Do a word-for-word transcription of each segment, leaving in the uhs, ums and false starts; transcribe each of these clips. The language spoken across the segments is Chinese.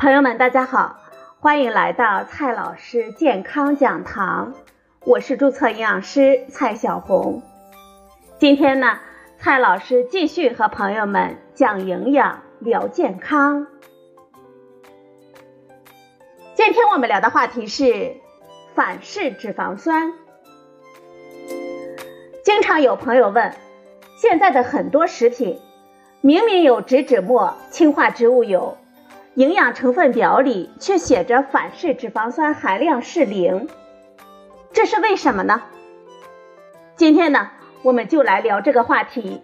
朋友们大家好，欢迎来到蔡老师健康讲堂，我是注册营养师蔡小红。今天呢，蔡老师继续和朋友们讲营养聊健康。今天我们聊的话题是反式脂肪酸。经常有朋友问，现在的很多食品明明有植脂末、氢化植物油，营养成分表里却写着反式脂肪酸含量是零，这是为什么呢？今天呢，我们就来聊这个话题。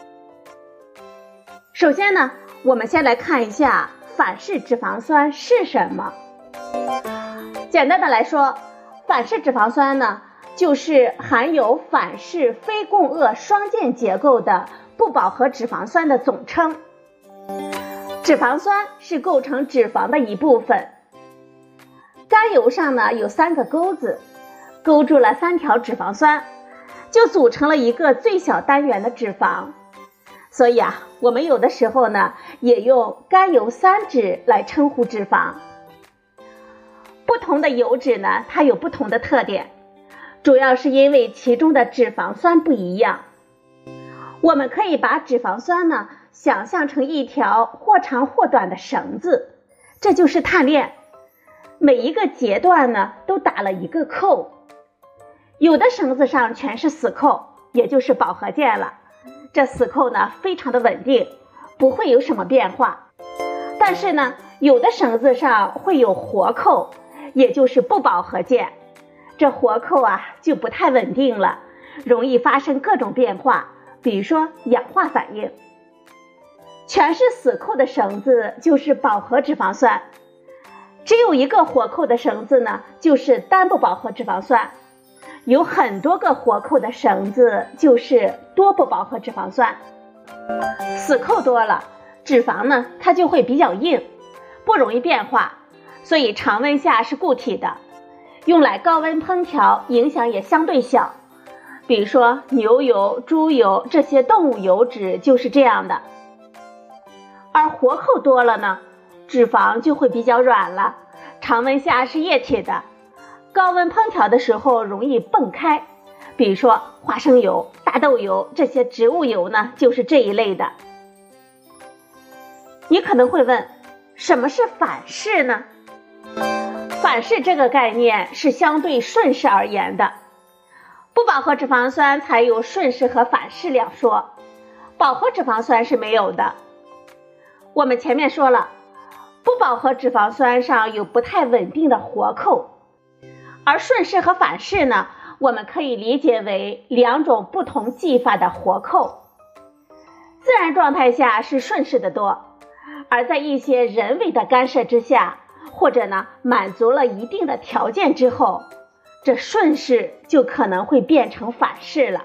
首先呢，我们先来看一下反式脂肪酸是什么。简单的来说，反式脂肪酸呢，就是含有反式非共轭双键结构的不饱和脂肪酸的总称。脂肪酸是构成脂肪的一部分，甘油上呢有三个钩子，勾住了三条脂肪酸，就组成了一个最小单元的脂肪。所以啊，我们有的时候呢也用甘油三酯来称呼脂肪。不同的油脂呢，它有不同的特点，主要是因为其中的脂肪酸不一样。我们可以把脂肪酸呢想象成一条或长或短的绳子，这就是碳链，每一个节段呢都打了一个扣。有的绳子上全是死扣，也就是饱和键了，这死扣呢非常的稳定，不会有什么变化。但是呢，有的绳子上会有活扣，也就是不饱和键，这活扣啊就不太稳定了，容易发生各种变化，比如说氧化反应。全是死扣的绳子就是饱和脂肪酸，只有一个活扣的绳子呢就是单不饱和脂肪酸，有很多个活扣的绳子就是多不饱和脂肪酸。死扣多了，脂肪呢它就会比较硬，不容易变化，所以常温下是固体的，用来高温烹调影响也相对小。比如说牛油、猪油这些动物油脂就是这样的。而活扣多了呢，脂肪就会比较软了，常温下是液体的，高温烹调的时候容易迸开。比如说花生油、大豆油这些植物油呢，就是这一类的。你可能会问，什么是反式呢？反式这个概念是相对顺式而言的，不饱和脂肪酸才有顺式和反式两说，饱和脂肪酸是没有的。我们前面说了，不饱和脂肪酸上有不太稳定的活扣，而顺式和反式呢，我们可以理解为两种不同技法的活扣。自然状态下是顺式的多，而在一些人为的干涉之下，或者呢满足了一定的条件之后，这顺式就可能会变成反式了。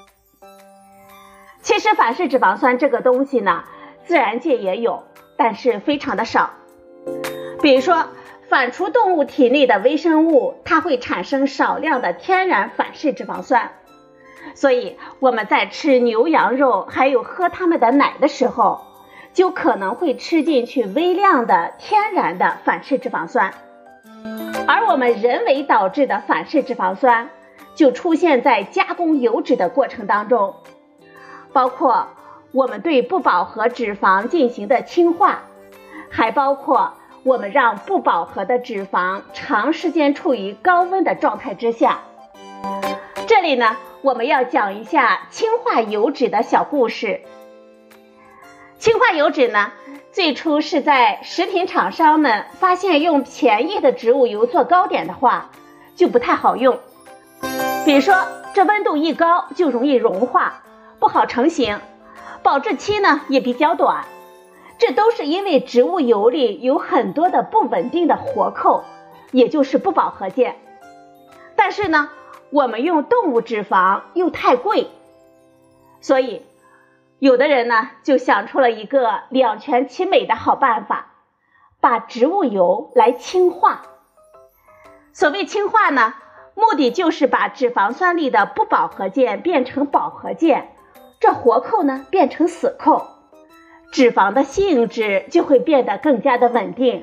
其实反式脂肪酸这个东西呢，自然界也有，但是非常的少。比如说反刍动物体内的微生物，它会产生少量的天然反式脂肪酸，所以我们在吃牛羊肉还有喝它们的奶的时候，就可能会吃进去微量的天然的反式脂肪酸。而我们人为导致的反式脂肪酸就出现在加工油脂的过程当中，包括我们对不饱和脂肪进行的氢化，还包括我们让不饱和的脂肪长时间处于高温的状态之下。这里呢，我们要讲一下氢化油脂的小故事。氢化油脂呢，最初是在食品厂商们发现用便宜的植物油做糕点的话，就不太好用。比如说，这温度一高就容易融化，不好成型，保质期呢也比较短，这都是因为植物油里有很多的不稳定的活扣，也就是不饱和键。但是呢，我们用动物脂肪又太贵，所以有的人呢就想出了一个两全其美的好办法，把植物油来氢化。所谓氢化呢，目的就是把脂肪酸里的不饱和键变成饱和键，这活扣呢变成死扣，脂肪的性质就会变得更加的稳定，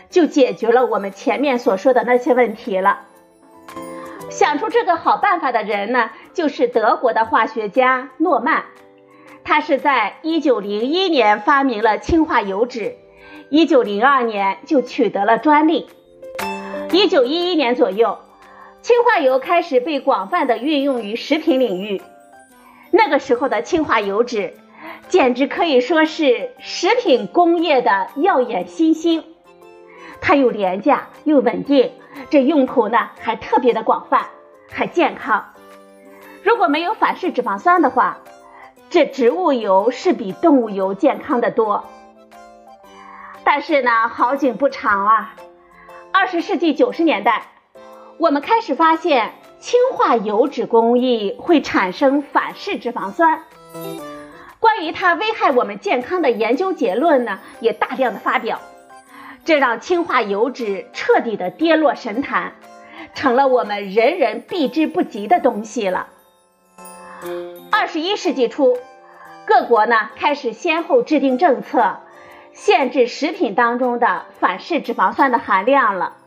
就解决了我们前面所说的那些问题了。想出这个好办法的人呢，就是德国的化学家诺曼。他是在一九零一年发明了氢化油脂，一九零二年就取得了专利。一九一一年左右，氢化油开始被广泛的运用于食品领域。那个时候的氢化油脂简直可以说是食品工业的耀眼新星，它又廉价又稳定，这用途呢还特别的广泛，还健康。如果没有反式脂肪酸的话，这植物油是比动物油健康的多。但是呢，好景不长啊，二十世纪九十年代，我们开始发现氢化油脂工艺会产生反式脂肪酸。关于它危害我们健康的研究结论呢，也大量的发表，这让氢化油脂彻底的跌落神坛，成了我们人人避之不及的东西了。二十一世纪初，各国呢开始先后制定政策，限制食品当中的反式脂肪酸的含量了。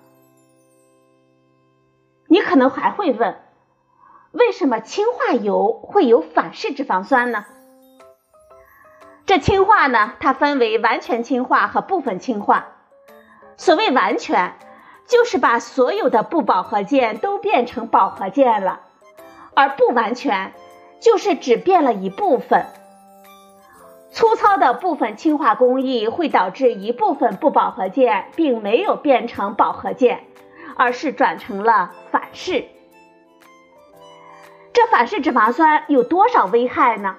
你可能还会问，为什么氢化油会有反式脂肪酸呢？这氢化呢，它分为完全氢化和部分氢化。所谓完全，就是把所有的不饱和键都变成饱和键了，而不完全就是只变了一部分。粗糙的部分氢化工艺会导致一部分不饱和键并没有变成饱和键，而是转成了反式。这反式脂肪酸有多少危害呢？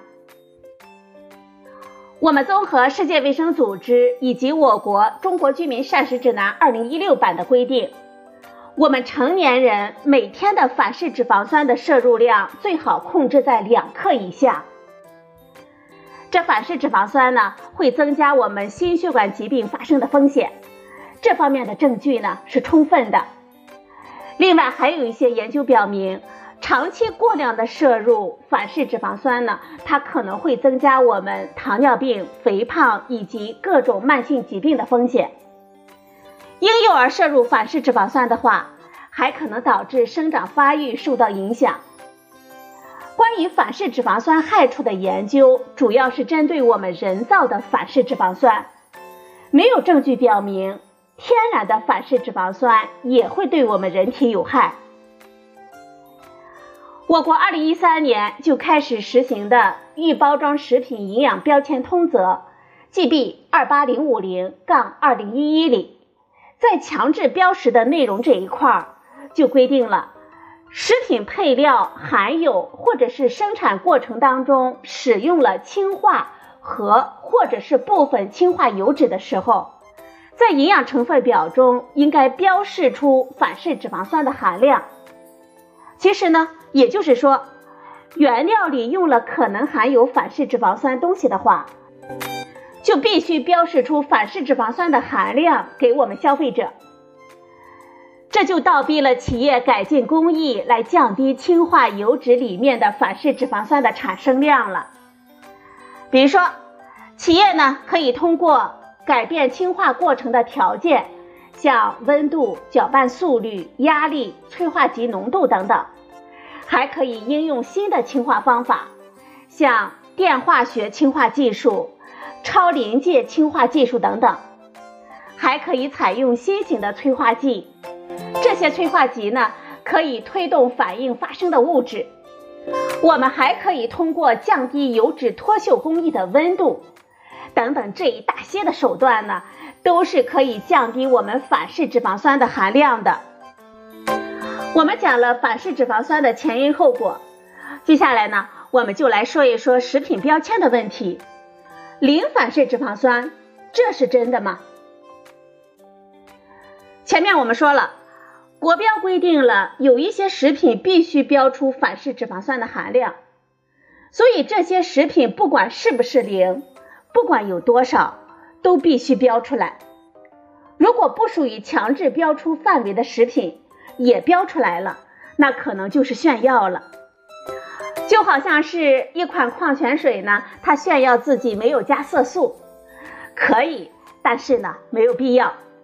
我们综合世界卫生组织以及我国中国居民膳食指南二零一六版的规定，我们成年人每天的反式脂肪酸的摄入量最好控制在两克以下。这反式脂肪酸呢，会增加我们心血管疾病发生的风险，这方面的证据呢是充分的。另外还有一些研究表明，长期过量的摄入反式脂肪酸呢，它可能会增加我们糖尿病、肥胖以及各种慢性疾病的风险。婴幼儿摄入反式脂肪酸的话，还可能导致生长发育受到影响。关于反式脂肪酸害处的研究，主要是针对我们人造的反式脂肪酸，没有证据表明天然的反式脂肪酸也会对我们人体有害。我国二零一三年就开始实行的预包装食品营养标签通则 G B 二八零五零杠二零一一 里，在强制标识的内容这一块就规定了，食品配料含有或者是生产过程当中使用了氢化和或者是部分氢化油脂的时候，在营养成分表中应该标示出反式脂肪酸的含量。其实呢，也就是说，原料里用了可能含有反式脂肪酸东西的话，就必须标示出反式脂肪酸的含量给我们消费者。这就倒逼了企业改进工艺来降低氢化油脂里面的反式脂肪酸的产生量了。比如说，企业呢可以通过改变氢化过程的条件，像温度、搅拌速率、压力、催化剂浓度等等，还可以应用新的氢化方法，像电化学氢化技术、超临界氢化技术等等，还可以采用新型的催化剂。这些催化剂呢，可以推动反应发生的物质。我们还可以通过降低油脂脱锈工艺的温度等等这一大些的手段呢，都是可以降低我们反式脂肪酸的含量的。我们讲了反式脂肪酸的前因后果，接下来呢，我们就来说一说食品标签的问题。零反式脂肪酸，这是真的吗？前面我们说了，国标规定了有一些食品必须标出反式脂肪酸的含量，所以这些食品不管是不是零，不管有多少，都必须标出来。如果不属于强制标出范围的食品也标出来了，那可能就是炫耀了。就好像是一款矿泉水呢，它炫耀自己没有加色素，可以，但是呢，没有必要。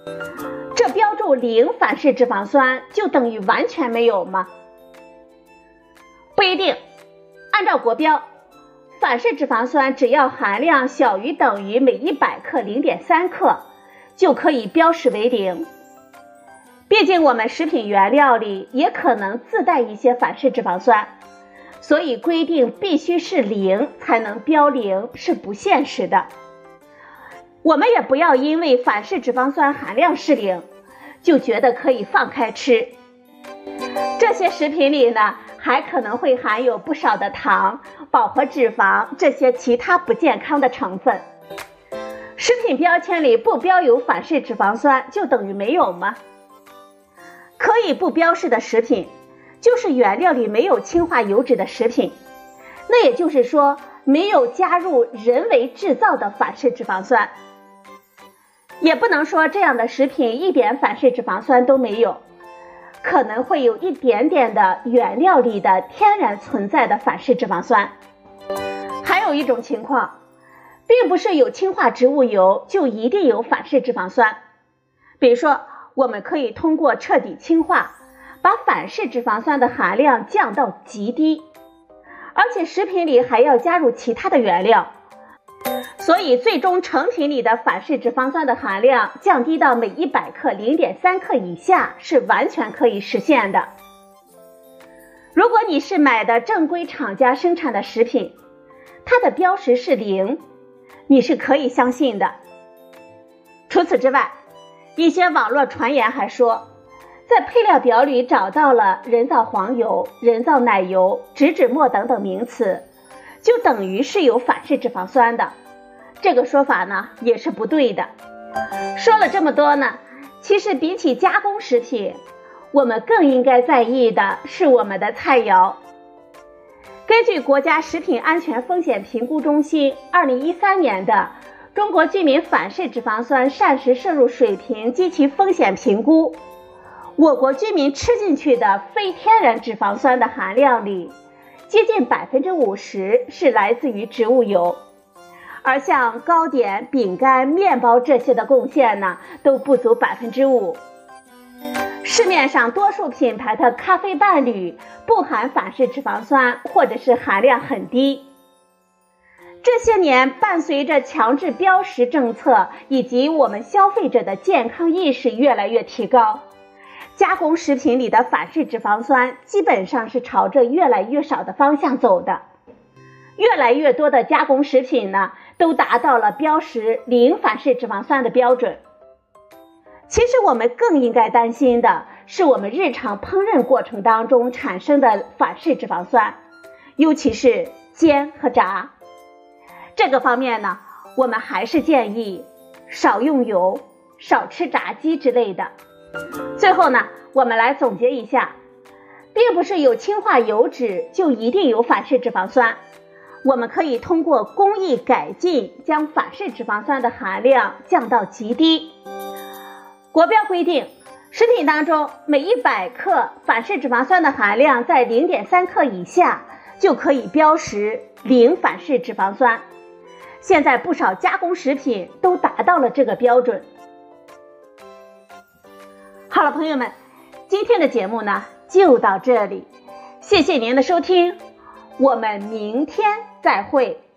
这标注零反式脂肪酸就等于完全没有吗？不一定。按照国标，反式脂肪酸只要含量小于等于每一百克 零点三 克，就可以标识为零。毕竟我们食品原料里也可能自带一些反式脂肪酸，所以规定必须是零才能标零是不现实的。我们也不要因为反式脂肪酸含量是零，就觉得可以放开吃。这些食品里呢，还可能会含有不少的糖、饱和脂肪这些其他不健康的成分。食品标签里不标有反式脂肪酸就等于没有吗？可以不标示的食品，就是原料里没有氢化油脂的食品，那也就是说没有加入人为制造的反式脂肪酸。也不能说这样的食品一点反式脂肪酸都没有，可能会有一点点的原料里的天然存在的反式脂肪酸。还有一种情况，并不是有氢化植物油就一定有反式脂肪酸。比如说，我们可以通过彻底氢化，把反式脂肪酸的含量降到极低，而且食品里还要加入其他的原料，所以最终成品里的反式脂肪酸的含量降低到每一百克 零点三 克以下是完全可以实现的。如果你是买的正规厂家生产的食品，它的标识是零，你是可以相信的。除此之外，一些网络传言还说，在配料表里找到了人造黄油、人造奶油、植脂末等等名词，就等于是有反式脂肪酸的。这个说法呢也是不对的。说了这么多呢，其实比起加工食品，我们更应该在意的是我们的菜肴。根据国家食品安全风险评估中心二零一三年的中国居民反式脂肪酸膳食摄入水平及其风险评估，我国居民吃进去的非天然脂肪酸的含量里，接近 百分之五十 是来自于植物油，而像糕点、饼干、面包这些的贡献呢，都不足 百分之五。市面上多数品牌的咖啡伴侣不含反式脂肪酸，或者是含量很低。这些年伴随着强制标识政策以及我们消费者的健康意识越来越提高，加工食品里的反式脂肪酸基本上是朝着越来越少的方向走的。越来越多的加工食品呢，都达到了标识零反式脂肪酸的标准。其实我们更应该担心的是我们日常烹饪过程当中产生的反式脂肪酸，尤其是煎和炸。这个方面呢，我们还是建议少用油，少吃炸鸡之类的。最后呢，我们来总结一下，并不是有氢化油脂就一定有反式脂肪酸，我们可以通过工艺改进将反式脂肪酸的含量降到极低。国标规定，食品当中每一百克反式脂肪酸的含量在 零点三 克以下，就可以标识零反式脂肪酸。现在不少加工食品都达到了这个标准。好了，朋友们，今天的节目呢就到这里，谢谢您的收听，我们明天再会。